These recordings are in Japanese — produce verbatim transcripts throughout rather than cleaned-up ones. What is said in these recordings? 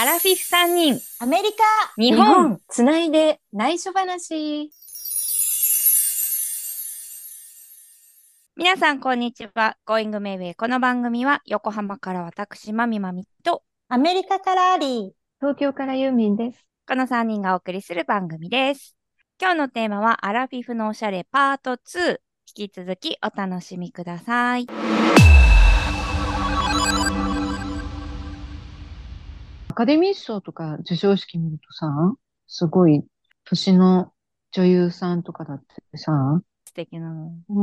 ラフィフさんにん、 アメリカ、 日日本。 本、つないで内緒話。 皆さん、こんにちは。Going Mayway。この番組は、横浜から私、まみまみと、 アメリカからあり、 東京からユーミンです。 このさんにんがお送りする番組です。今日のテーマは、アラフィフのおしゃれパートツー。引き続きお楽しみください。 アカデミー賞とか授賞式見るとさ、すごい年の女優さんとかだってさ、 素敵なの。 うん。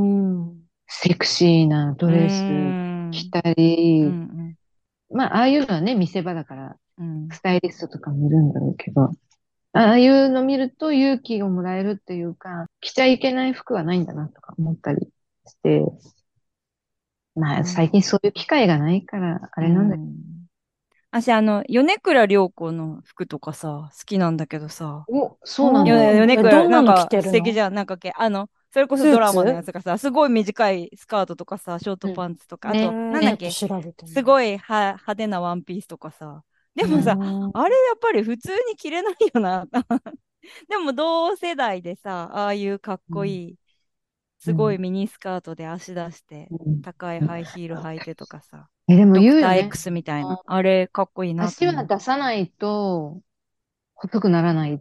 セクシーなドうーレス着ん。 たうんうり、 ん。 まあ、ああいうのはね、見せ場だから、 うん。 スタイリストとかもいるんだろうけど、ああいうの見ると勇気をもらえるっていうか、着ちゃいけない服はないんだなとか思ったりして、まあ、最近そういう機会がないから、あうれなんだけん。私、あの、米倉涼子の服とかさ、好きなんだけどさ、 ど、お、そうなんよ、 だ。 うん。え、 米倉、 どんなの着なんかてるの？ 素敵じゃん。なんかけ、あの、それこそスードラマのやツ？ つがさ、すごい短いスカートとかさ、ショートうん。 パンツとか、あえと、 ー、ちょっとなんだっけ、 調べてみる。 すごいは派手なワンピースとかさ。でうもさ、 ん。 あれやっぱり普通に着れないよな。でも同世代でさ、ああいうかっうん。 こいい、すごいうん。 ミニスカートで足出して、 うん。 高いハイヒール履いてとかさ、 え、でもドクター言うよね。 X みたいな。 あのあれかっこいいなと足は思う。 出さないと細くならないって、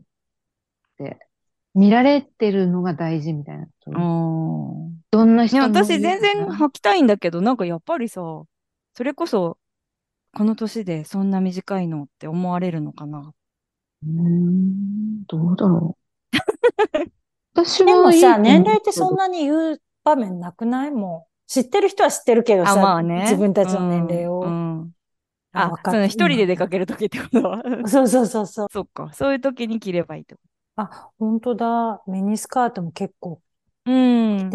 見られてるのが大事みたいなこうと。 ん。 どんないや、 人も私全言うよね。 然履きたいんだけど、なんかやっぱりさ、それこそ、この年でそんな短いのって思われるのかな。 うーん、どうだろう。私でもさ、 はいいと年齢って思うけど。 そんなに言う場面なくない？もう。知ってる人は知ってるけどあ、 さ、 まあね。 自分たうちの年齢ん、うを。 ん。 あ、 あ、 分かった、 その一人で出か今。 けるときってことは。 そうそうそうそう。 そっか。そういうときに着ればいいってこあ、本当だ。ミニスカートも結構と。うん。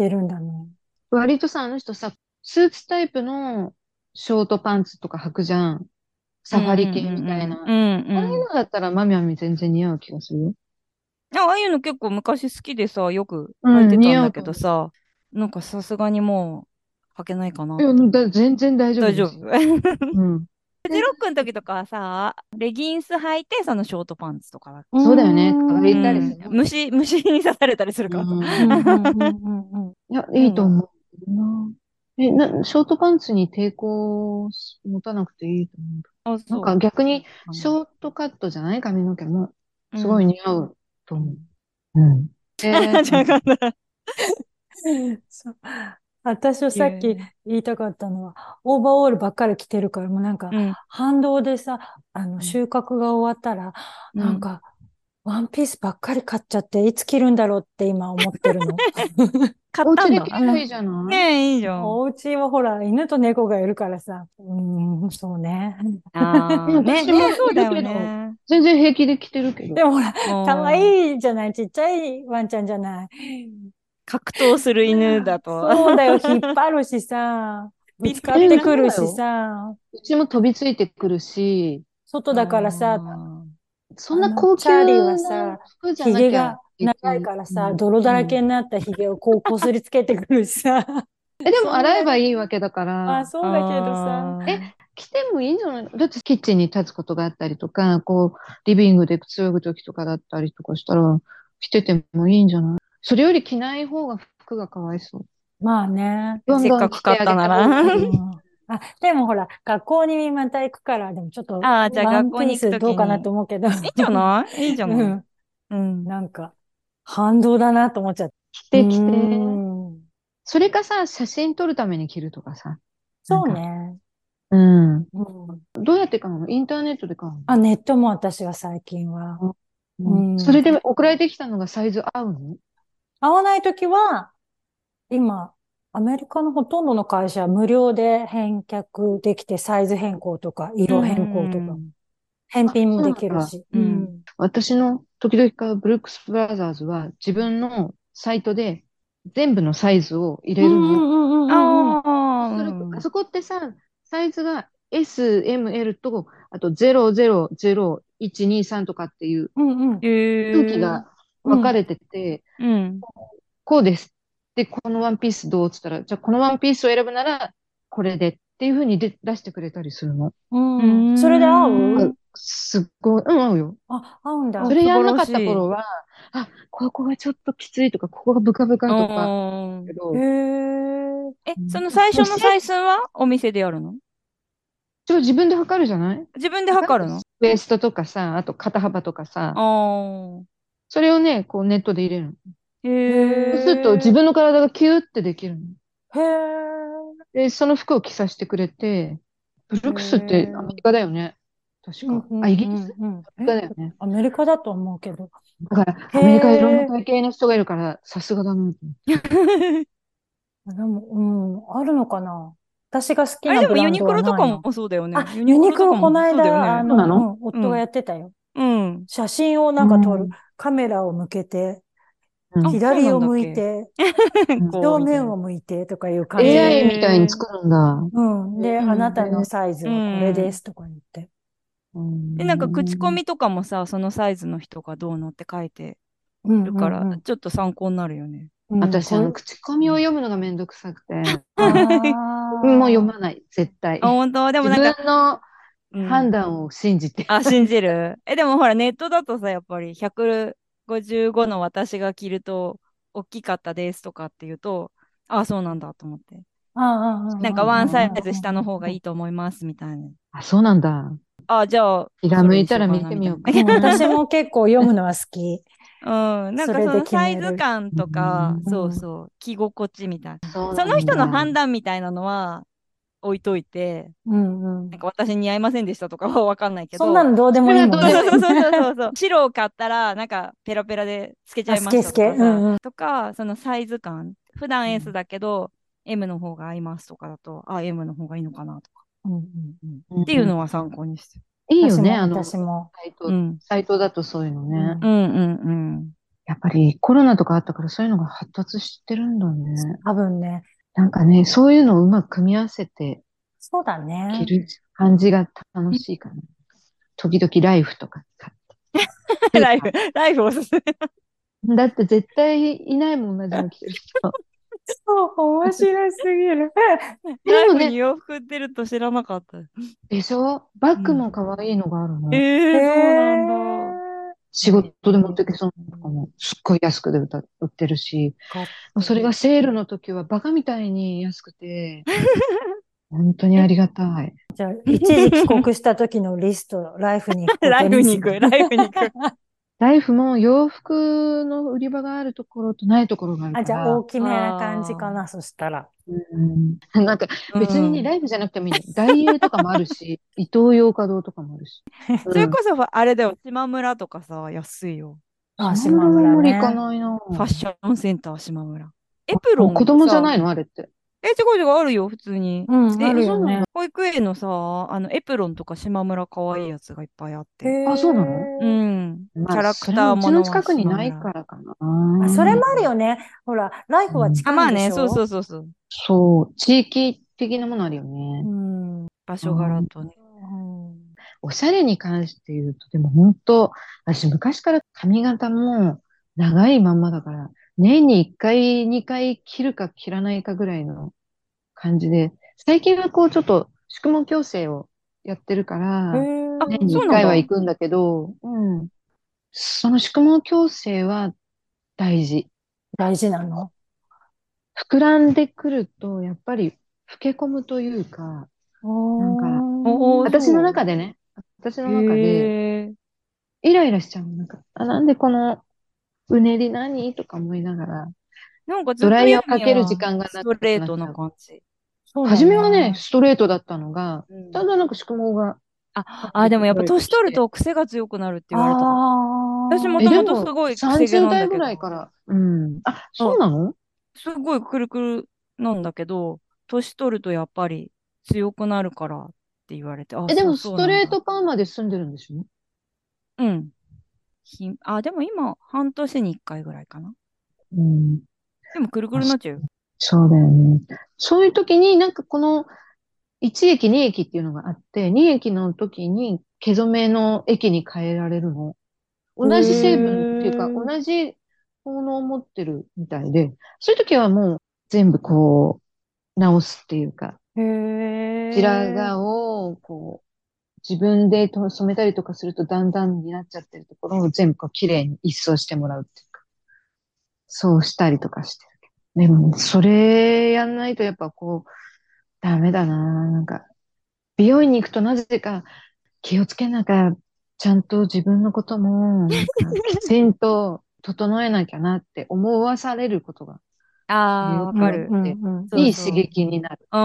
着てるんだね。 割とさ、あの人さ、スーツタイプのショートパンツとか履くじゃん。 うんサファリ系みたいうんうんうな。 ん。うんああいうん。 うのだったらマミマミ全然似合う気がするよ。 あああいうの結構昔好きでさ、よく履いてうん、似たんだけ合うと思う。 どさ、なんかさすがにもう履けないかないや、 って思う。 だ、全然大丈夫大丈夫。 ですよ。うん。 フジロックの時とかはさ、レギンス履いて、そのショートパンツとかだ。 うーそうだよね。乾ういたりすん。 るもんね。 虫、虫に刺されたりするうからさ。 うん、うん、うん。 ん、うん、うん。 いや、 いいな。 いいと思うな。え、な、ショートパンツに抵抗し持たなくていいと思う。 あ、 なんそう。 か逆に、 あのショートカットじゃない髪の毛も、すごいうん。 似合うと思う。うん。えー、 じゃあ、今度はそう。私はさっき言う言いたかったのは、オーバーオールばっかり着てるから、もうなんか、 うん。 反動でさ、あの、 うん。 収穫が終わったら、 うん。 なんか、ワンピースばっかり買っちゃって、いつ着るんだろうって今思ってるの。 お家買ったんだ。 で着ればいいじゃない？ ねえ、いいじゃん。 お家はほら、犬と猫がいるからさ、うーん、そうね。 え、 ああ、ね、ね、 私もいそうだよるけど、 ね。 全然平気で着てるけど。 でもほら、かわもう、 いいじゃない、ちっちゃいワンちゃんじゃない。 格闘する犬だと。 そうだよ、引っ張るしさ、ぶピリつかっえ、 てうちくるしもだよ。 さ、 うちも飛びついてくるし、 外だからさ、 あそんあの、 な高級チャーリーはなさ、 服じゃなきゃ髭が長い平気。 からさ、 うん。 泥だらうん。 けになった髭をこうこすりつけてくるしさ、 え、でも洗えばそんなに、 いいわけだかまあら、 そうだけどさ、 え、 あ。 着てもいいんじゃないの？だってキッチンに立つことがあったりとか、こう、リビングでくつろぐときとかだったりとかしたら、着ててもいいんじゃない？それより着ない方が服がかわいそう。 まあね。 どんせっどん着てかく買ったあげた方ならがいい。 うん。あ、でもほら、学校にまた行くから、でもちょっと、 ああ、じゃあワ学ンピース校に行くとどうかなときに。 思うけど、 いいんじゃないいいじゃない。 うん。 うん。 なんか、反動だなと思っちゃった。うー着て着て。 ん。 それかさ、写真撮るために着るとかさ。なんそうか、 ね。 うん。 うん。 どうやって買うの？インターネットで買うあ、ネットも私は最近は。 の？ ううん。そん。 れで送られてきたのがサイズ合うの？ 合わないときは、今、アメリカのほとんどの会社は無料で返却できて、サイズ変更とか、 う色変更とか、 ん。 返品もそうでなんだ。 きるし。 うん。 うん。 私の時々買うブルックスブラザーズは自分のサイトで全部のサイズを入うんうれるの。 んうんうんうん。 ああ、 そうすると、 うん。 あそこってさ、サイズが エス、エム、エル と、あとゼロ、ゼロ、ゼロ、いち、に、さんとかっていううんうん。 空へえ。 気がうん。 分かれてて、 うん。 こうです。で、このワンピースどうっつったら、じゃあこのワンピースを選ぶならこれでっていうふうにで出してくれたりするの。 ううん。それで合ーう？ ん。 すっごい、うん、合うよ。 あ、合うんあ、 だ。 それ素晴やんなかったらしい。 頃は、あ、ここがちょっときついとか、ここがブカブうカとか、 ーん。 けへど、 え。 え、 うん、 その最もうせ初の採寸はお店でやるの？ ちょ自分で測るじゃない自分で測る測るの？ ウエストとかさ、あと肩幅とかさ、 ああそれをね、こうネットで入れるの。 ー。 へそうすると自え。 分の体がキューってできるの。 へえ。 で、その服を着させてくれて、ブへルックスってアメリえ。 カだよね。確うんか。あ、イうんうギリスんうん。 アメリカえ、 だよね。 アメリカだと思うけど。 だからへアメリカいろんなえ。 体型の人がいるから、さすがだなと思って。 でも、うん、あるのかな。私が好きあれでもユなブランドニクロとかはないな。 もそうだよね。 あ、 ユニユニクロとかもクロこの間、あそうだよね。 の、うそうなの？ ん、夫がうん。 やってたよ。 うん。 写真をなうんか撮る、 ん。 カメラを向けて、 うん。 あ、そうなん左を向いだっけ？ て、 うん。 こう、みたいな。 正面を向いてとかいう感じエーアイで。 みたいにへえ。 作るんだ。 うん。で、 うあなん。 たのえサイズうはこれでん。 すとか言って。 うで、なんか口コん。 ミとかもさ、そのサイズの人がどうのって書いてうんうるから、 んうん。 ちょっと参考になるよね。 うん、 私、あの、 これ、 口コミを読むのがめんどくさくて、もう読ああ、 まない、絶対。 あ、本当？でも自なんか、 分のうん。 判断を信じて。 あ、信じる。え、でもほら、ネットだとさ、やっぱりひゃくごじゅうごの私が着ると、大きかったですとかって言うと、あ、そうなんだと思って。 ああ、ああ、 なんかワンサイズ下のああ、 方がいいと思いますみたいな。 あ、そうなんだ。 あ、じゃあ、 気がそれ向いたら見にしようかな、みたいな。 てみようかうん、 な。 私も結構読むのは好き。 うん、なんかそそれでのサイ決める。 ズ感うとか、 うん、 そうん、 そう、着心地みたいな。 そうなその人のんだ。 判断みたいなのは置いといて、 うん、うん。 なんか私に似合いませんでしたとかはわかんないけそんなど、 のどうでそれはもいいもんね。 どうでもいい。 そうそうそうそうそうそう。白を買ったら、なんかペラペラでつけちゃあ、 いましたスケスケ。 とかさ、 うん、うん。 とか、そのサイズ感。普段う S ん、 だけど、M の方が合いますとかだと、あ、M の方がいいのかなとか。 うん、うん、うん。 っていううん、 のは参考にしてる。 いいよね、 私も、 あの、 私も。 サイト、 うん。 サイトだとそういうのね。 うん。 うんうんうん。 やっぱりコロナとかあったからそういうのが発達してるんだね。 多分ね。 なんかね、そういうのをうまく組み合わせてそうだね。 着る感じが楽しいかな。時々ライフとか買って。スーライフ、 パライフおすすめ。 ーだって絶対いないもん、同じの着てる人。 そう、面白すぎる。 ライフにでもね、 洋服売ってると知らなかった。 でしょ？バッグうん。 も可愛いのがあるの。 へええー、そうなんだ。 え。 仕事で持ってけそうなのとかうん、 も、すっごい安くで売った売ってるし、 かっそれがてる。 セールの時はバカみたいに安くて、本当にあえ、 りがたい。 じゃあ、一時帰国した時のリスト、ライフに行くこラとイフに行く、 にする。 ライフに行く。 ライフも洋服の売り場があるところとないところがあるあ、じゃあ、 から、 大きめな感じああ。 かな、そしたら。 うん、なんかう別にね、 ん。 ライフじゃなくてもいいの。大英とかもあるし、イトーヨーカドーとかもあるし。うん。 それこそ、あれだよ、島村とかさ、安いよ。 あ、 島村島はあんまり行か村ね。 ないな。 ファッションセンター島村。エプロあ、子供じゃンさ、 ないのあれって。 え、ちょこちょこあるよ、普通に。 うん、あで、 るよね。 あ、そうなんだ。 保育園のさ、あの、エプロンとか島村かわいいやつがいっぱいあっへて。 あ、そうなの？ うえ。 ん。キまあ、 ャラクそれもターものはうちの近くにない島村。 からかな。 あ、それもあるうん。 よね。ほら、ライフはうん、 あ、 近いんでまあね、そうそしょ？ うそうそう。 そう、地域的なものあるようね。 ん。 場所柄うん、 とね。 うん。 おしゃれに関して言うと、でも本当、私昔から髪型も長いまんまだから、年にいっかい、にかい切るか切らないかぐらいの感じで、最近はこうちょっと宿毛矯正をやってるかへら、 あ、 年に1 え。 そうなんだ。 回は行くんだけど、うん。その宿毛矯正は大事。 大事なの？ 膨らんでくると、やっぱり老け込むというか、 おなんか、 おー、 私のそ中でね、私う。 の中で、 へえ。 イライラしちゃうの。なんか、あ、なんでこのうねり何とか思いながら、 なんかずドライヤーをっと言うかける時には、 間がなストレートなくなっちゃう。 感じ。 そうだ初めはね、 ね。 ストレートだったのが、 うん。 だんだんなんか宿毛があ、あ、 生えでもやっぱて年取るきて、 と癖が強くなるって言われた。私もあえ、 ともとすでも、 ごい癖毛さんじゅう代ぐなんだけど、 らいから、うん。あ、そあ、 うなの？ すごいくるくるなんだけど、年取るとやっぱり強くなるからって言われて、あ、 え、でそうも、スそうなんだ。 トレートパーマで住んでるんでしょ？ うん。ひ、あ、でも今、半年に一回ぐらいかな。 うん。 でもくるくあ、そるになっちゃうよ。 そうだよね。そういう時になんかこのいち液、に液っていうのがあって、に液の時に毛染めの液に変えられるの。 へ同じ成分っていうか、同え。 じ効能を持ってるみたいで、そういう時はもう全部こう直すっていうか、 へえ。 白髪をこう自分でと染めたりとかするとだんだんになっちゃってるところを全部こう綺麗に一掃してもらうっていうか、そうしたりとかしてるけど。でも、それやんないとやっぱこう、ダメだな。なんか、美容院に行くとなぜか気をつけなきゃ、ちゃんと自分のことも、なんか、きちんと整えなきゃなって思わされることがああ、 よくあっわかる。 うんうて、 んうん。 いい刺そうそ激になる。 う。うん。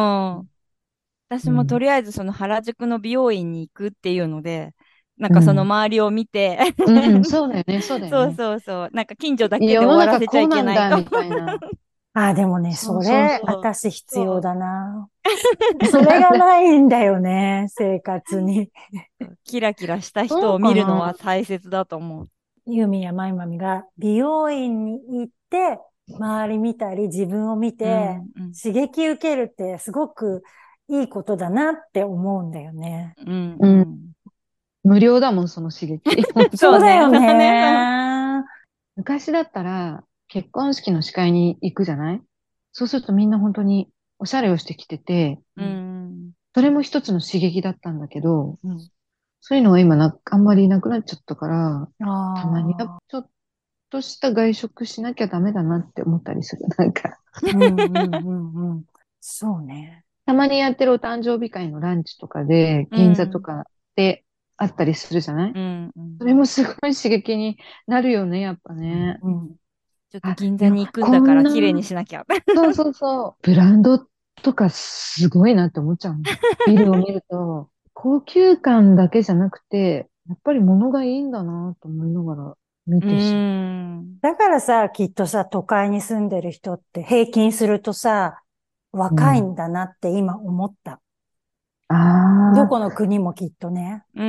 私もとうん。 りあえずその原宿の美容院に行くっていうので、なんかそのうん。 周りを見てうん、そうだよね、そうだよそうね。 そうそう。なんか近所だけで世の終わらせちゃ中こういけないと。 なんだ、みたいな。 ああ、でもね、 そうそれ、 そうそう。 私必要そだな。 う。 それがないんだよね、生活に。 キラキラした人そうを見るのかな。 は大切だと思う。 ユーミンやマイマミが美容院に行って、周り見たり自分を見うてん、うん、 刺激受けるってすごくいいことだなって思うんだよね。 うん、 うん。 うん。 無料だもん、その刺激。本当に。 そうね、 そうだよそうね、そう。 ね。 昔だったら、結婚式の司会に行くじゃない。そうするとみんな本当におしゃれをしてきてて、 ううん、 ん、 それも一つの刺激だったんだけど、 うん。 そういうのは今な、あんまりなくなっちゃったから、たまにはああ、 ちょっとした外食しなきゃダメだなって思ったりする。なんか、 うんうんうんうん。そうね。 たまにやってるお誕生日会のランチとかで、 う銀座とん、 かであったりするじゃない。 うん、うん。 それもすごい刺激になるよね、やっぱね。 うん。 ちょっとあ、 銀座でも、 に行くんだこから綺麗にんな、 しなきゃ。 そうそうそう、ブランドとかすごいなって思っちゃうの。ビルを見ると、高級感だけじゃなくて、やっぱり物がいいんだなと思いながら見うてしん、 だからさ、きっとさ、都会に住んでる人って平均するとさ、 まう。うん。 若いんだなって今思った。どこのああ、 国もきっとね、 うん、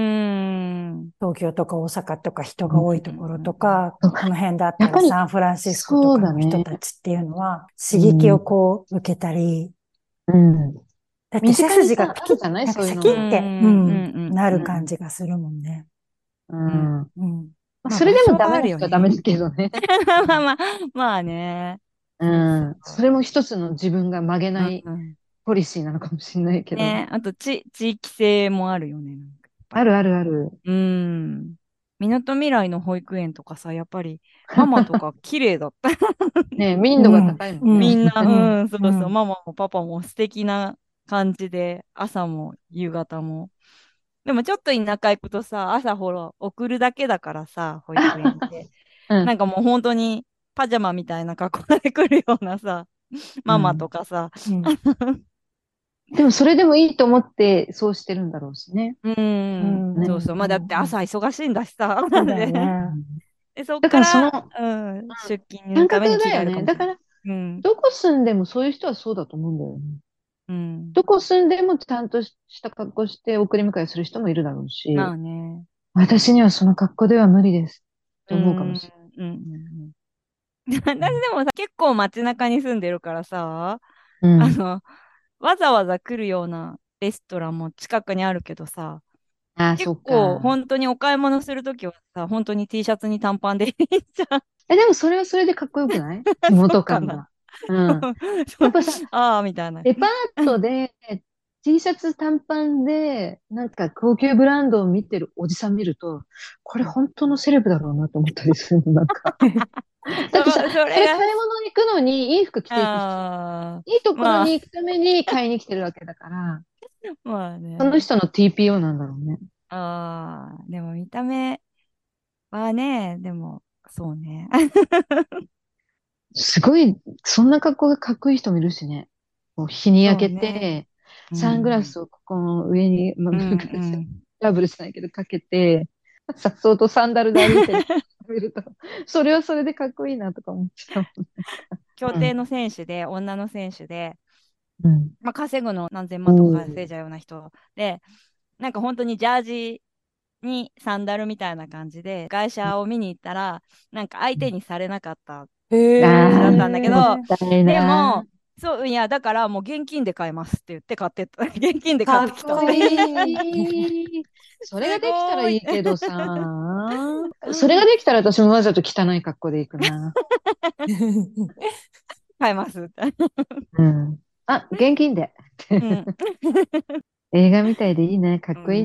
東京とか大阪とか人がうん、 多いところとか、 そう、 この辺だったらやっぱり、 サンフランシスコとそうかの人だね。 たちっていうのは、刺激をうん。 こう受けたり、 うん。 だって身背筋が近にさ、 ピキッ、 あるじゃないなんかそういうのも。 シャキって、ううん、うん、 ん、 なる感うん。 じがするもんね。 ううん。 ん。 うん。 まあ、 まあそれで場所はあもダメなるよね。 人はダメだけどね。 まあまあ、まあね。 うそうそん。それも一つの自分が曲げう。 ないうん。 ポリシーなのかもしれないけど。 ね、あと地、地域性もあるよね。なんかやっぱり。 あるあるある。 うん。みなとみらいの保育園とかさ、やっぱりママとか綺麗だった。 ね、民度がうん、 高いもんね。 うん、 みんな、 うん、 うん、そうそう、 うん。 ママもパパも素敵な感じで、朝も夕方も。でもちょっと田舎行くとさ、朝ほら、送るだけだからさ、保育園って。 うん。 なんかもう本当にパジャマみたいな格好で来るようなさ、ママとうん。 かさ。 うん。 でもそれでもいいと思ってそうしてるんだろうしね。 ううん、 ね。 そうそう。 ん、うまあだってん、うん。 朝忙しいんだしさ。 そうだよで、 ね。 うん。 で、そっだからその、 から、うん、出勤の感ために着替覚だよね。 えるかもしれない。 だから、 うん、 どこ住んでもそういう人はそうだと思うんだよね。 うん。 どこ住んでもちゃんとした格好して送り迎えする人もいるだろうまし、 あね。 私にはその格好では無理ですってうん、 思うかもしうん、うん。私でれない。 もさ、結構街中に住んでるからさ、 うん。 あの、わざわざ来るようなレストランも近くにあるけどさ、 ああ、 結そっか。 構本当にお買い物するときはさ、本当に T シャツに短パンでいいじゃん。 え、でもそれはそれでかっこよくない地そっかな。 元感が。うん。 そう、 やっぱさ、 ああ、みたいな。 デパートで T シャツ短パンで、なんか高級ブランドを見てるおじさん見ると、これ本当のセレブだろうなと思ったりするの、なんか。だってさ、 そ、そそれれが、 買い物に行くのにいい服着ていく人、 ああ、 いいところまあ、 に行くために買いに来てるわけだから、 まあそのね。 人の ティーピーオー なんだろうね。 ああ、でも見た目はね、でも、そうね。 すごい、そんな格好がかっこいい人もいるしね。もう日に焼けそうね。 て、 うサングラん。 スをここの上に、まあ、 うなんかんダブルしないけどかけて、さっそうとサンダルで歩いてる人見ると、それはそれでかっこいいなとか思っちゃう。 競うん。 艇の選手で、女の選手で、 うん。 まあ、稼ぐの何千お万とかー。 稼いじゃうような人で、なんか本当にジャージにサンダルみたいな感じで、会社を見に行ったら、なんか相手にされなかったへ感じだったんだけああ、もっど、 え。 たいでも、 な。 そう、いや、だからもう現金で買えますって言って買ってった。現金で買っかってきた。 こいい。それがすできたらごーい。 いいけどさ。それができたら私もわざと汚い格好で行くな。 買えますって。 うん。あ、現金で。 うん。 映画みたいでいいね。かっうこいいな。 ん。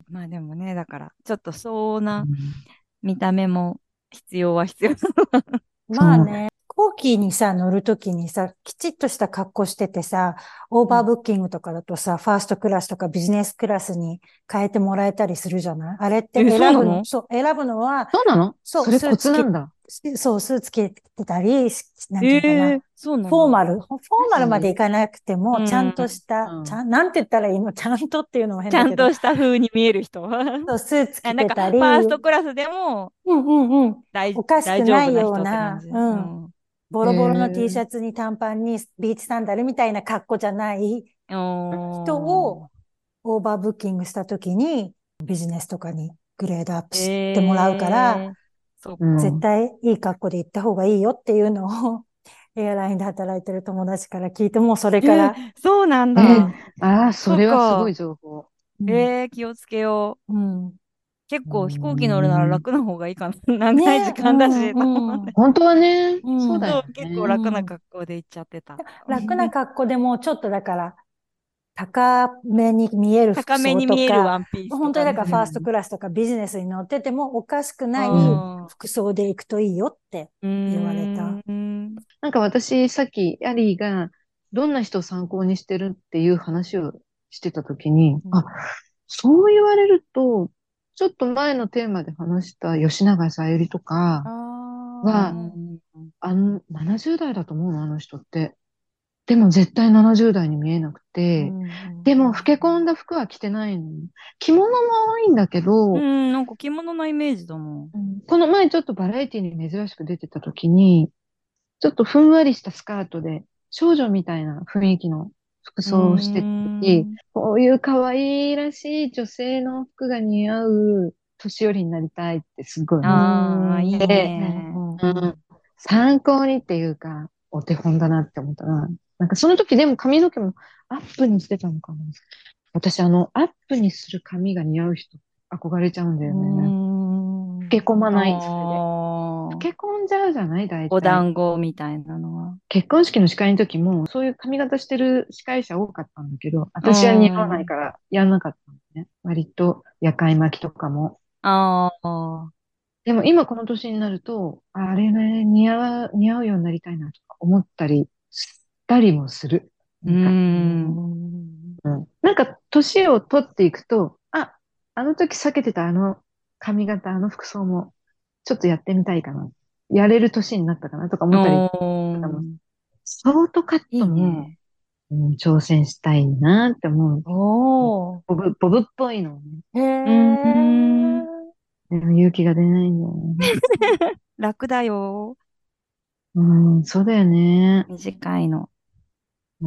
まあでもね、だから、ちょっと相応なうん見た目も必要は必要。 そう。 まあね、飛行機にさ、乗るときにさ、きちっとした格好しててさ、オーうん。 バーブッキングとかだとさ、ファーストクラスとかビジネスクラスに変えてもらえたりするじゃない？あれってえ、そう選ぶの、 なの？ そう、選ぶのは、 そうなの？ そう、 それコスーツ着、 ツなんだ。 そう、スーツ着てたり、しなんていうのかな。 ええ、そうなんだ。 フォーマル、フォーマルまでいかなくても、ちゃんうん。 とした、ちうん。 ゃん、なんて言ったらいいの？ちゃんとっていうのも変ちゃんだけど、 とした風に見える人。 そう、スーツあ、 着なんか、 てたり、 ファーストクラスでもうんうんうん。 大、 おかしくない大丈夫なような、 人って感じ。 うん。 うん。 ボへロボロの T シえ。 ャツに短パンにビーチサンダルみたいな格好じゃない人をおー。 オーバーブッキングしたときにビジネスとかにグレードアップしてもらうから、 ええ、そっか。 絶うん。 対いい格好で行った方がいいよっていうのをエアラインで働いてる友達から聞いて、もうそれえー、 から、 そうなんうえ、 だ。 ん、 ああ、そそっれはすごいか。 情報。 うん、 えー、気をつけよう。 うん。 結うー構飛行機乗るならん。 楽な方がいいかな。長い時ね、う間だし、と思っん、うて。 ん、 本当はね、 うそうだん、 そう、 よ結構ね。 楽なうん。 格好で行っちゃってた。 楽な格好でもちょっとだから高めに見える服高め装に見えるとか、 ワンピースと本当にだかね。 からファーストクラスとかビジネスに乗っててもおかしくなういん。う服装で行くといいよってー言われた。 ん。 なんか私、さっき、アリーが、どんな人を参考にしてるっていう話をしてたときに、あ、 うん。 そう言われると、ちょっと前のテーマで話した吉永小百合とかうーは、 あん。 あの、ななじゅう代だと思うの、あの人って。でも絶対ななじゅう代に見えなくあ、うて、 んうんでも老うん。 け込んだ服は着てないの。着物も多いんだけど、 うん、なんか着物のイメージだな。 うんこの前ちょっとバラエティに珍しく出てた時に、ちょっとふんわりしたスカートで、少女みたいな雰囲気の服うー装をしてた時、 ん。 こういう可愛らしい女性の服が似合う年寄りになりたいってすごいう思っああ、いいて、 んうね。 んうんうん。 うん、参考にっていうか、お手本だなって思ったな。なんかその時でも髪の毛もアップにしてたのかな。私あの、アップにする髪が似合う人、憧れちゃうんだうよね。老けん。 込まない、それで。老ああ、 け込んじゃうじゃない大お体。 団子みたいなのは。 結婚式の司会の時も、そういう髪型してる司会者多かったんだけど、 う私は似合わないん。 からやんなかったんだね。割と夜会巻きとかも。 ああ、 でも今この年になると、ああれね、似合う、似合うようになりたいなとか思ったりしたりもする。 うーなんか、 うん。 ん。 うん。なんか年を取っていくと、あ、あの時避けてたあの髪型、あの服装もちょっとやってみたいかな。やれる年になったかなとか思ったりおとかも、 ー、 ショートカッいトも、 いね。 うん、挑戦したいなって思う。 おー。 ボブ、ボブっぽいのをね。 へうーえ。 ん。 でも勇気が出ないんだよね。 楽だよ。 うん、そうだよね。 短いの。 うん。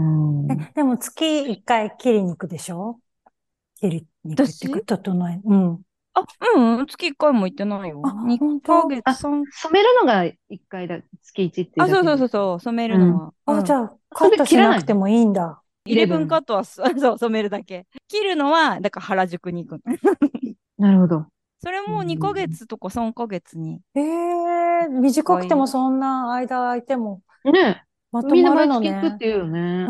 え、でも月一回切りに行くでしょ？切りに行くっていうか、 私、 整え。うん。 あ、うん、月いっかいも行ってないよ。 あ、本 2ヶ月、 あ、 さん、 染めるのが一回だ、月一っていうあ、そうだけで。 そうそうそう、染めるうん。 のは。うあ、じん。 ゃあ、カそれでットし切らないの？ なくてもいいんだ。イレブイレブンカン。 ットはそ、そう、染めるだけ。切るのは、だから原宿に行くの。 なるほど。 それうも2ヶん、 月とかさんかげつにええ、短くていっかい。 もそんな間空いてもねまえ、みんなとまる毎月行くっのね。 て言うよね。 うん。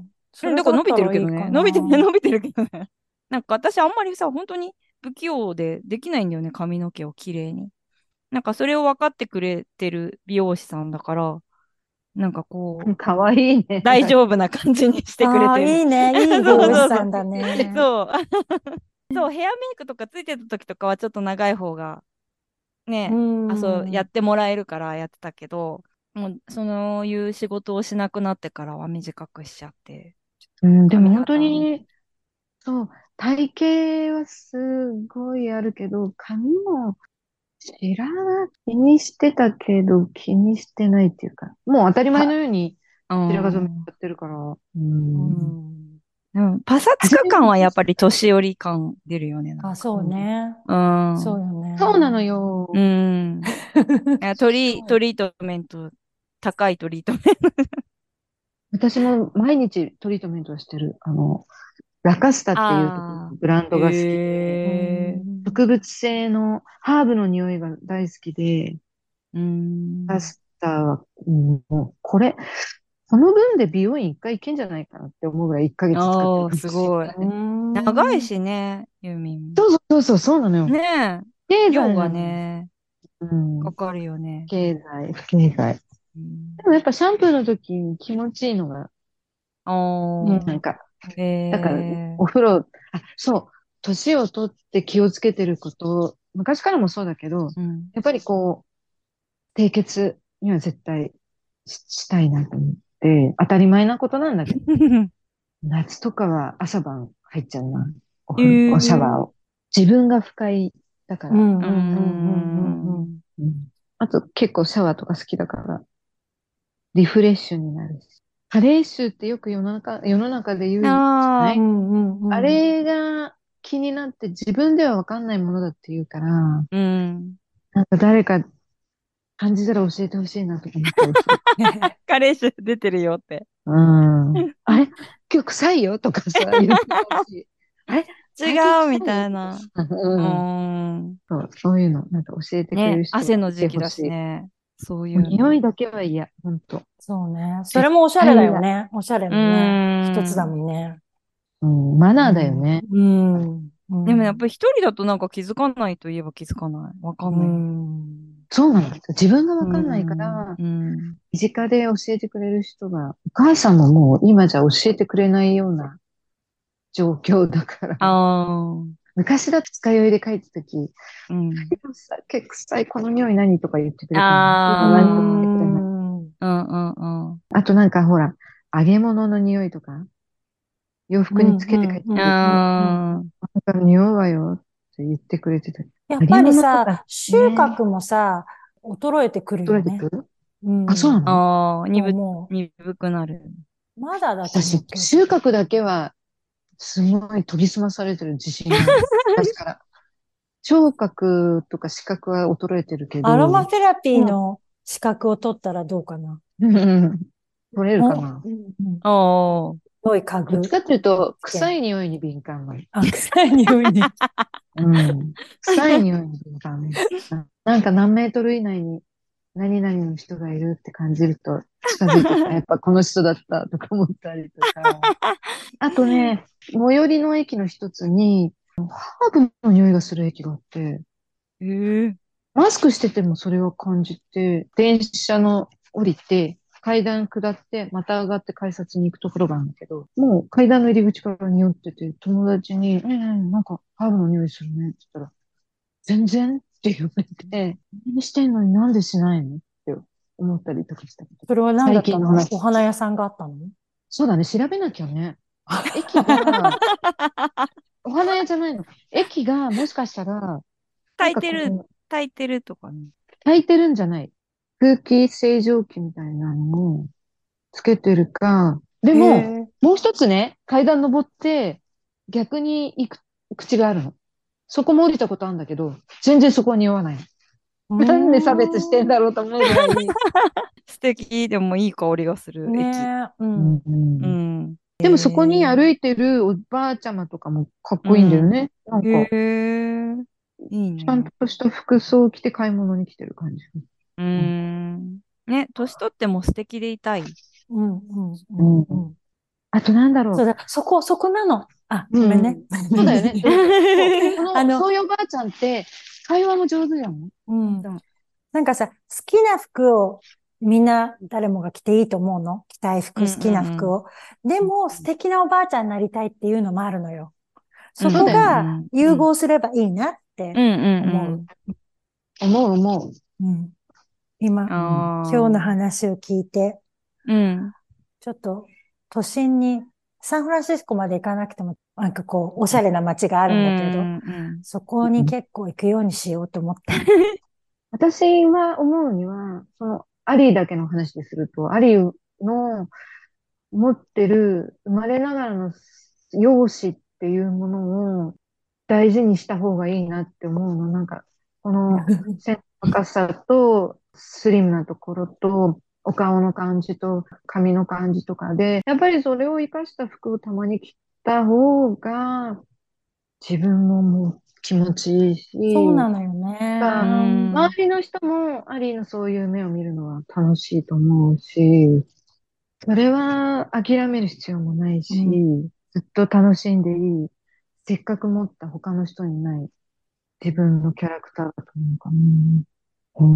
そうん、 れだから伸びてだったらいるけどね。 いかな。 伸びてる、伸びてるけどね。なんか私あんまりさ、本当に不器用でできないんだよね、髪の毛をきれいに。なんかそれを分かってくれてる美容師さんだから、なんかこう、 かわいいね。 大丈夫な感じにしてくれああ、 てる。 いいね。いい美そうそうそう。 容師さんだね。 そう。そう、ヘアメイクとかついてた時とかはちょっと長い方がうね、あ、そう、やん。 ってもらえるからやってたけど、もう、そういう仕事をしなくなってからは短くしちゃって、 うん、でも本当髪型。 に、そう、体型はすごいあるけど、髪も知らな、気にしてたけど、気にしてないっていうか、もう当たり前のは、 ようにう白髪染めん。 やってるから、ううん。 ん。 うん、パサつ初めはく感はやっぱり年寄り感出るよね、なんあ、 か。 そうね。 うん。 そうよそうなのね。 うよ。 ん。いやトリ、トそう。 リートメント、高いトリートメント。 私も毎日トリートメントをしてる。あの、ラカスタっていうところああ。 のブランドが好きで、 うへえ。 ん。 植物性のハーブの匂いが大好きで、 うん。 ラカスタは、うん、もうこれ、 この分で美容院一回行けんじゃないかなって思うぐらいいっかげつ使ってるああ、 かもしすごい。 れない。 長いん。 しね、ユーミン。 そうそうそうそう、そうなのよ。 ねえ、 経量が済なのよ。 ね、 うん。 かかるよね。 経済、不経済。 うん、 でもやっぱシャンプーの時に気持ちいいのが、 うん。 あなんか、 あ、 だからええ、 お風呂、あ、そう、年を取って気をつけてること、昔からもそうだけど、 うん。 やっぱりこう、清潔には絶対し、したいなと思って、当たり前なことなんだけど、夏とかは朝晩入っちゃうな、おえ風呂、おシャワーえ、 を。自分が不快だから。 うんうーうんうんうんうんうん。 ん。 うん、あと結構シャワーとか好きだから、リフレッシュになるし。加齢臭ってよく世の中、世の中で言うじゃなああ、 い？ うんうんあうん。 れが気になって自分ではわかんないものだって言うから、 うん。 なんか誰か感じたら教えてほしいなとか思ったりする。 加齢臭出てるよって。 うん。あれ今日臭いよとかさ、言ってほしい。あれ最近違うみ臭いよとかたいな。 さ。 ううん。 ーん。 そう、そういうの、なんか教えてくれね、 る人が汗のいて時期だほしい。 しね。そういうの。 もう匂いだけは嫌、ほんと。 そうね。それ絶もおしゃれだ対嫌。 よね。おしゃれうのね。一つだーん。 もんね。 うん、マナーだようん。 ね。 うん。うでもやっぱん。 り一人だとなんか気づかないといえば気づかない。わかうんない。 ん。 そうなの。自分がうわかんないかん。 ら、 うん。 身近で教えてくれる人が、お母さんももう今じゃ教えてくれないような状況だから。 ああ。 昔だと二日酔いで帰った時、 うん。 臭い、結臭い、この匂い何とか言ってくれたのに、今う何も言ってくれない。 ん。うん。 うんうんうん。 あとなんかほら、揚げ物の匂いとか、洋うん。 服につけて帰ってうん。 くると、 うん。 ああ。 なんか匂うわよって言ってくれてた。揚げやっぱりさ、 物とか収ね、 穫もさ、衰えてくるよね。 取れてくる。 うあ、そうなん。 の？ ああ、 と鈍、 思鈍くなる。 う。まだだと思私、 うけど。 収穫だけは、すごい研ぎ澄まされてる自信がある。昔から。聴覚とか視覚は衰えてるけアロマど、 セラピーもの資格を取ったらどうかな。 う、うんうん、取れるかお、 な。 うん、うん。すああ。 ごい家具どっちかっていうと、 試験。 臭い匂いに敏感なの。 あ、臭い匂いに。 うん。臭い匂いに敏感ね。ななんか何メートル以内に何々の人がいるって感じると、近づいてった。やっぱこの人だったとか思ったりとか。あとね、最寄りの駅の一つに、ハーブの匂いがする駅があって、 ええ、 マスクしててもそれを感じて、電車の降りて、階段下って、また上がって改札に行くところがあるんだけど、もう階段の入り口から匂ってて、友達に、うんうん、なんかハーブの匂いするねって言ったら、全然って言われて、何してんのになんでしないのって思ったりとかしたけど、 それは何だ最ったの？ 近の話。 お花屋さんがあったの？ そうだね、調べなきゃね。駅が、お花屋じゃないの。駅がもしかしたら、なん炊いてる、 かこう、 炊いてるとかね。 炊いてるんじゃない。空気清浄機みたいなのをつけてるか。でへも、 え。 もう一つね、階段登って逆に行く口があるの。そこも降りたことあるんだけど、全然そこは匂わないの。 うーなんで差別してんだん。 ろうと思うぐらい。 素敵。でもいい香りがするね駅。 え、ううんん。 うん、 うん。 でもそこに歩ええ、 いてるおばあちゃまとかもかっこいいんだようん。 ね。なんへか、 え、いいちゃんね。 とした服装を着て買い物に来てる感じ。 うーうんん。ね、年取っても素敵でいたい。 うん、うん、ううん、うん、 ん。 あとなんだろそうだ、そこ、そこなの。あ、 う。 ごめんね。 うん。そうだよね。どうぞ。そう。この、 あの、 そういうおばあちゃんって、会話も上手じゃん。 うん。 そう。 なんかさ、好きな服をみんな誰もが着ていいと思うの。着たい服、 うん好きな服うんを。でも素敵なおばあちゃんになりたいっていうのもあるのよ。 うん。 そうんうんそうだよね。 こがうん。う融ん合すればいいなってうんうんう思う。 ん。 思う思う。 うん。今、 うん。 今日のああ。 話を聞いて、 うん。 ちょっと都心にサンフランシスコまで行かなくても、なんかこう、おしゃれな街があうるんだけど、 んうん。 そこに結構行くようにしようと思った。 私は思うには、その、アリーだけの話ですると、アリーの持ってる生まれながらの容姿っていうものを大事にした方がいいなって思うの。なんか、この背高さとスリムなところと、お顔の感じと髪の感じとかで、やっぱりそれを活かした服をたまに着た方が自分ももう気持ちいいし、 そうなのようがね。 ん。 周りの人もアリーのそういう目を見るのは楽しいと思うし、 それは諦める必要もないし、 うん。 ずっと楽しんでいい。せっかく持った他の人にない自分のキャラクターだと思うかな。うん。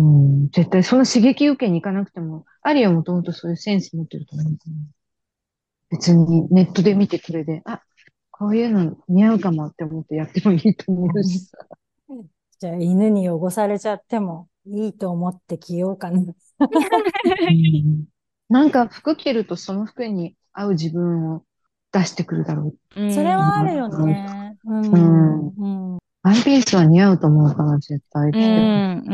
絶対そんな刺激受けに行かなくても、アリアもともとそういうセンス持ってると思うから。別にネットで見てこれで、あ、こういうの似合うかもって思ってやってもいいと思うしさ。 じゃあ、犬に汚されちゃってもいいと思って着ようかな。 うん。なんか服着るとその服に合う自分を出してくるだろう。 うそれはあるん。 よね。ううん。 ん。うん。うワンピースは似合うと思うから、絶対う着てほしい。 ん。うん。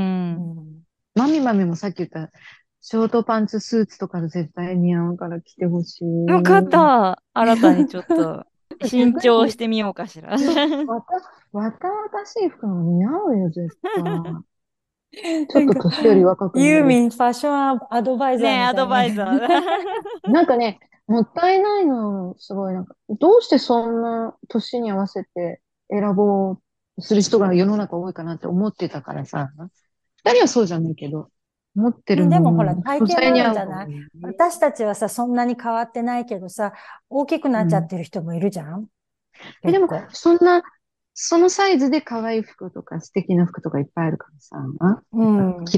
ん。 マミマミもさっき言ったショートパンツスーツとかで絶対似合うから着てほしい。 よかった。新たにちょっと新逆に、 調してみようかしら。 そう、わた、若々しい服の方が似合うよ、絶対。ちょっなんか、 と年より若く見える。 ユーミンファッションアドバイザーねえ、アドみたいな。 バイザー。 なんかね、もったいないの、すごい、なんか、どうしてそんな年に合わせて選ぼうする人が世の中多いかなって思ってたからさ。二人はそうじゃないけど、持ってるでもほら、 もの、素体型もあ材に合うるんじゃない？ 方がいいね。 私たちはさ、そんなに変わってないけどさ、大きくなっちゃっうん。 てる人もいるじゃんえ、でも、 結構。 そんな、そのサイズで可愛い服とか素敵な服とかいっぱいあるからさ、 うん。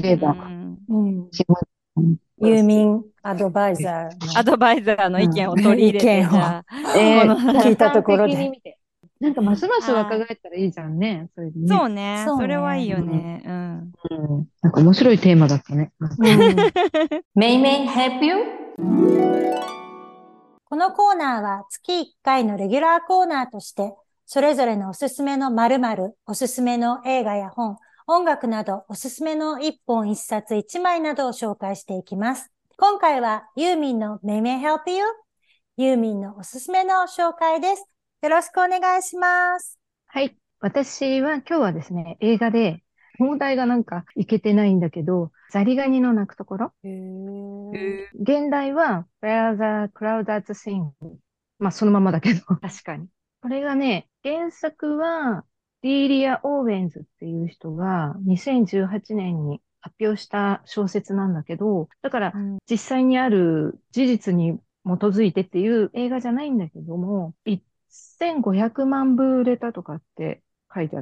着うればん。 うん。 気持ちいい。 ユーミンアドバイザーのアドバイザーの意見を取り意入れて、 見をじゃあ、このえー、 聞いたと客観ころで。 的に見て。なんかますます若はい。 返ったらいいじゃんね。それでね。 そうね。 そうそれはいいね。 ようん。 ね。うん。 うん。なんか面白いテーマだったね。なんか。 うん。May May help you? このコーナーは月いっかいのレギュラーコーナーとして、それぞれのおすすめの〇〇、おすすめの映画や本、音楽などおすすめのいっぽんいっさついちまいなどを紹介していきます。今回はユーミンの May May help you? ユーミンのおすすめの紹介です。よろしくお願いします。 はい。私は今日はですね、映画で、放題がなんかいけてないんだけど、ザリガニの鳴くところ。 へー。 へ現代は Where the Clouds Sing。まあそのままだけど、確かに。これがね、原作はディーリア・オーウェンズっていう人がにせんじゅうはちねんに発表した小説なんだけど、だからうん。 実際にある事実に基づいてっていう映画じゃないんだけども、せんごひゃくまん部売れたとかって書いてあって、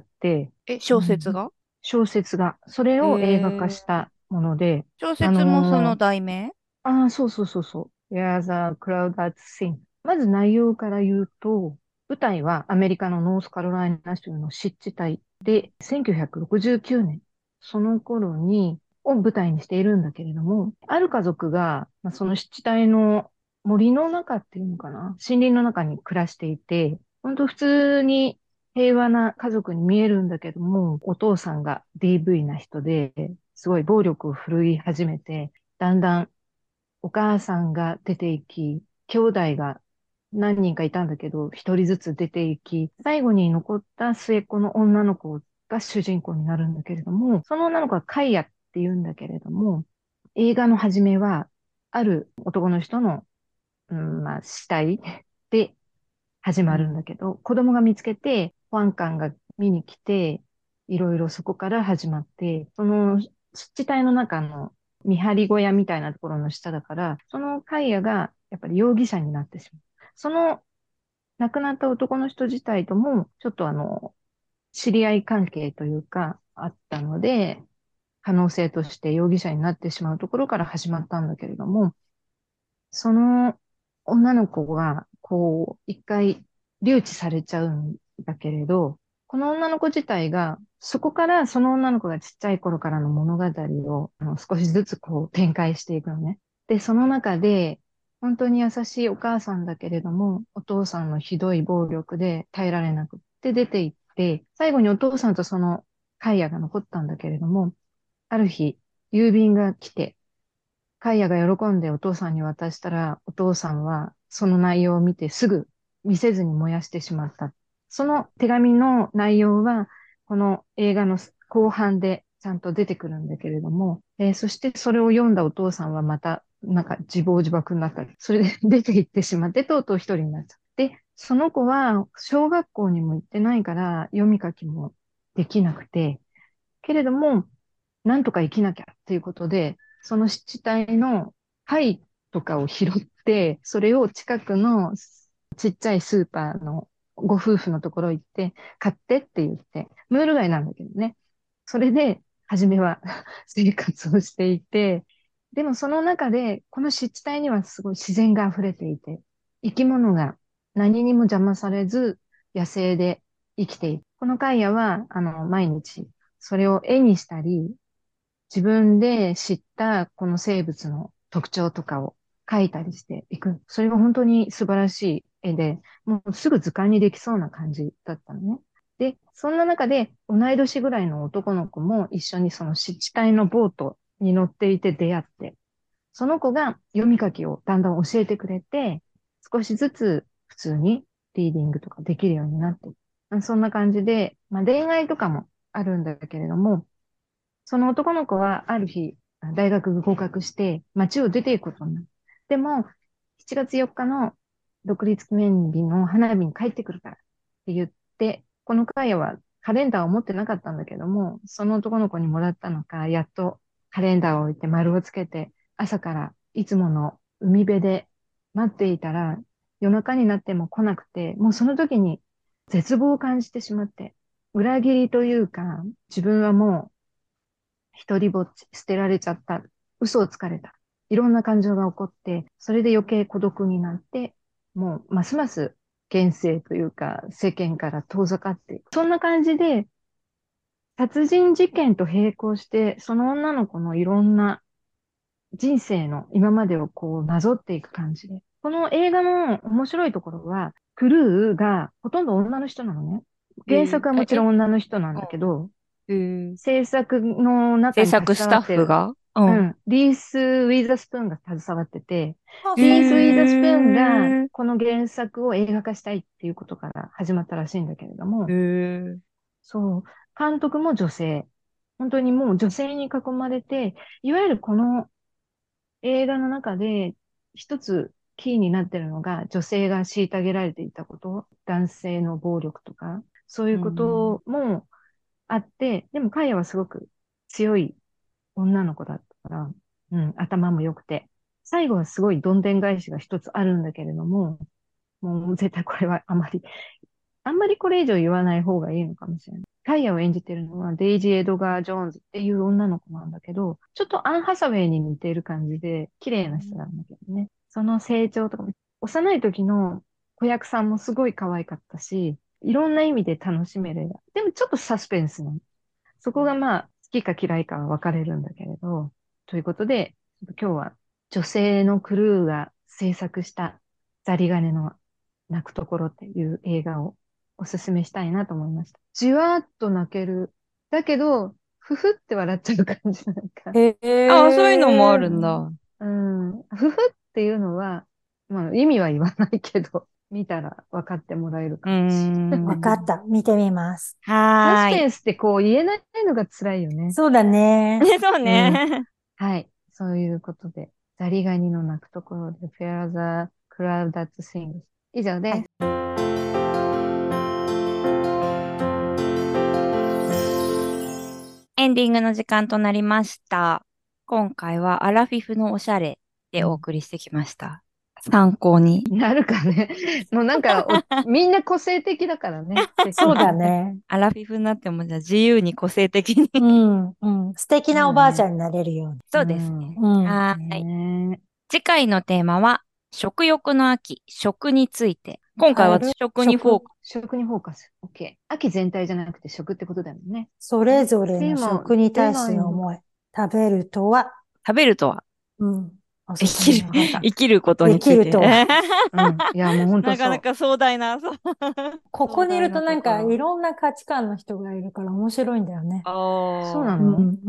え、 うん、 小説が？ 小説が、それへを映画化え。 したもので、 小あ説もそののー題名？ ああ、そうそうそうそう。Where the Cloud That Sing。まず内容から言うと、舞台はアメリカのノースカロライナ州の湿地帯で、せんきゅうひゃくろくじゅうきゅうねん、その頃に、を舞台にしているんだけれども、ある家族が、まあ、その湿地帯の森の中っていうのかな、森林の中に暮らしていて、本当普通に平和な家族に見えるんだけども、お父さんが ディーブイ な人で、すごい暴力を振るい始めて、だんだんお母さんが出て行き、兄弟が何人かいたんだけど、一人ずつ出て行き、最後に残った末っ子の女の子が主人公になるんだけれども、その女の子はカイヤって言うんだけれども、映画の初めは、ある男の人の、うん、まあ、死体で始まるんだけど、子供が見つけて、保安官が見に来て、いろいろそこから始まって、その湿地帯の中の見張り小屋みたいなところの下だから、そのカイヤがやっぱり容疑者になってしまう。その亡くなった男の人自体とも、ちょっとあの、知り合い関係というか、あったので、可能性として容疑者になってしまうところから始まったんだけれども、その女の子が、こう、一回留置されちゃうんだけれど、この女の子自体が、そこからその女の子がちっちゃい頃からの物語をあの少しずつこう展開していくのね。で、その中で、本当に優しいお母さんだけれども、お父さんのひどい暴力で耐えられなくって出て行って、最後にお父さんとそのカイヤが残ったんだけれども、ある日、郵便が来て、カイヤが喜んでお父さんに渡したら、お父さんはその内容を見てすぐ見せずに燃やしてしまった。その手紙の内容は、この映画の後半でちゃんと出てくるんだけれども、えーそしてそれを読んだお父さんはまた、なんか自暴自爆になったり、それで出て行ってしまって、とうとう一人になっちゃう。で、その子は小学校にも行ってないから読み書きもできなくて、けれども、なんとか生きなきゃっていうことで、その湿地帯の貝とかを拾って、それを近くのちっちゃいスーパーのご夫婦のところ行って、買ってって言って、ムール貝なんだけどね。それで、初めは生活をしていて、でもその中で、この湿地帯にはすごい自然が溢れていて、生き物が何にも邪魔されず、野生で生きている。このカイヤは、あの、毎日、それを絵にしたり、自分で知ったこの生物の特徴とかを描いたりしていく。それが本当に素晴らしい絵で、もうすぐ図鑑にできそうな感じだったのね。で、そんな中で同い年ぐらいの男の子も一緒にその湿地帯のボートに乗っていて出会って、その子が読み書きをだんだん教えてくれて、少しずつ普通にリーディングとかできるようになって、そんな感じで、まあ恋愛とかもあるんだけれども、その男の子はある日、大学合格して街を出ていくことになる。でも、しちがつよっかの独立記念日の花火に帰ってくるからって言って、この会はカレンダーを持ってなかったんだけども、その男の子にもらったのか、やっとカレンダーを置いて丸をつけて、朝からいつもの海辺で待っていたら、夜中になっても来なくて、もうその時に絶望を感じてしまって、裏切りというか、自分はもう一人ぼっち、捨てられちゃった、嘘をつかれた。いろんな感情が起こって、それで余計孤独になって、もうますます現世というか世間から遠ざかっていく。そんな感じで、殺人事件と並行して、その女の子のいろんな人生の今までをこうなぞっていく感じで。この映画の面白いところは、クルーがほとんど女の人なのね。原作はもちろん女の人なんだけど、 えー、 制作の中制に作スタッ携わってる、 フがうん。 うん、リース・ウィザスプーンが携わってて、 あ、 リース・そうなんだ。 ウィザスプーンがへえ。 この原作を映画化したいっていうことから始まったらしいんだけれどへも、 え。 そう、監督も女性。本当にもう女性に囲まれて、いわゆるこの映画の中で一つキーになってるのが女性が虐げられていたこと、男性の暴力とか、そういううこん。 ともあって、でもカイヤはすごく強い女の子だったから、うん、頭も良くて。最後はすごいどんでん返しが一つあるんだけれども、もう絶対これはあまり、あんまりこれ以上言わない方がいいのかもしれない。タイヤを演じてるのはデイジー・エドガー・ジョーンズっていう女の子なんだけど、ちょっとアン・ハサウェイに似ている感じで、綺麗な人なんだけどね。その成長とかも、幼い時の子役さんもすごい可愛かったし、いろんな意味で楽しめる映画。でもちょっとサスペンスなの。そこがまあ、好きか嫌いかは分かれるんだけれど、ということで、今日は女性のクルーが制作したザリガニの泣くところっていう映画をおすすめしたいなと思いました。じわーっと泣ける。だけど、ふふって笑っちゃう感じなんか。 へあ、そういうのもあえ。 るんだ。 うん。ふふっていうのは、まあ意味は言わないけど、見たら分かってもらえるうーかもしれない。 わかっん。 た。見てみます。 サスはーい。 ペンスってこう言えないのが辛いよね。 そうだね。 そううん。 ね。 はい。そういうことで、ザリガニの鳴くところで、Fear the Crowd That Sings。以上はい。 です。 エンディングの時間となりました。今回はアラフィフのおしゃれでおうん。 送りしてきました。参考に。 なるかね。もうなんかお、みんな個性的だからね。ぜひ。 そうだね。 アラフィフになってもじゃあ自由に個性的にうん、うん。素敵なおばあちそうね。 ゃんになれるように。 そうですね。 うん。 うん。 はーい。 ね次回のテーマは、食欲の秋、食について。今回は春、食、 食にフォーカえ。食にフォーカス。OK。秋全体じゃなくて食ってことだよね。 それぞれのでも、 食に対すでないの。 る思い。食べるとは、 ス、食べるとは、 うん。おすす生きる、 めの方。 生きること生について。 きるとは。 うん。いや、もうほんとそなかなか壮大な、そうここにいると壮大ななんかいところ。 ろんな価値観の人がいるから面白いんだよね。 う。そうああ、 なの。 うん、うん、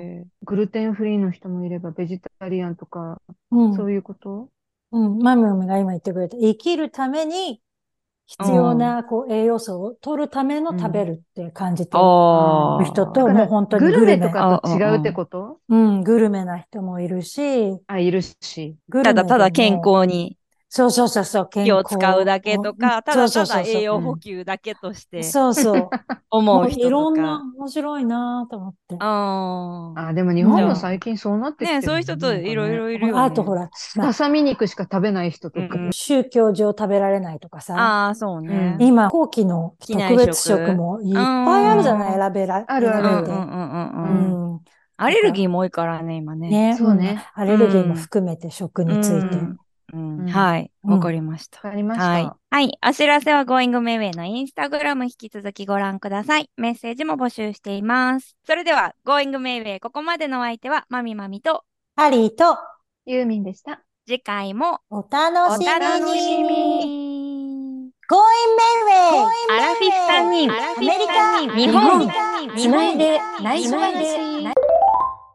へえ。 グルテンフリーの人もいれば、ベジタリアンとか、 うん、 そういうこと？ うん。マミマミが今言ってくれた。生きるためにう必要ん。 なこう栄養素を取るための食べうん。 るって感じてる人だああ、 と、もうから、 本当にグルグルメ。 メとかとあ違うってあ、 こと？ うん、グルメな人もいるし、 あ、いるし。 グルメでただただ健も、 康に。 そうそうそうそう、健気を康。 使うだけとか、たそうだたそうそうそう。 だ栄養補給だけとしてそうそう。もうい思う人とろんなか。 面白いなと思って。 ああ。 あ、でも日うん本も最近そうなってきね、 てるそういう人といろいろいるよね。 あとほら、まあ、 ささみ肉しか食べない人とか。 うん。 宗教上食べられないとかさ、 ああ、そううね。 ん。 今、後期の機内特別食食。 もういっぱいあるじゃない、 ん。 選べら、 あるあうんうん選べて。 うんうんううん。 うん。 アレルギーも多いからね、今ね。 ね、うん。 そうね。 アレルギーも含めて食うについて。 ん。うん。 うん。 はい。わかうん。 りました。 わかりましはい。 た。 はい。お知らせは Going Mayway のインスタグラム引き続きご覧ください。メッセージも募集しています。それでは Going Mayway ここまでのお相手はまみまみとハリーとユーミンでした。 次回もお楽おしみ楽しみに。 に。 Going Mayway! アラフィフさんにん、 アメリカ、 日本、 つないで内緒話。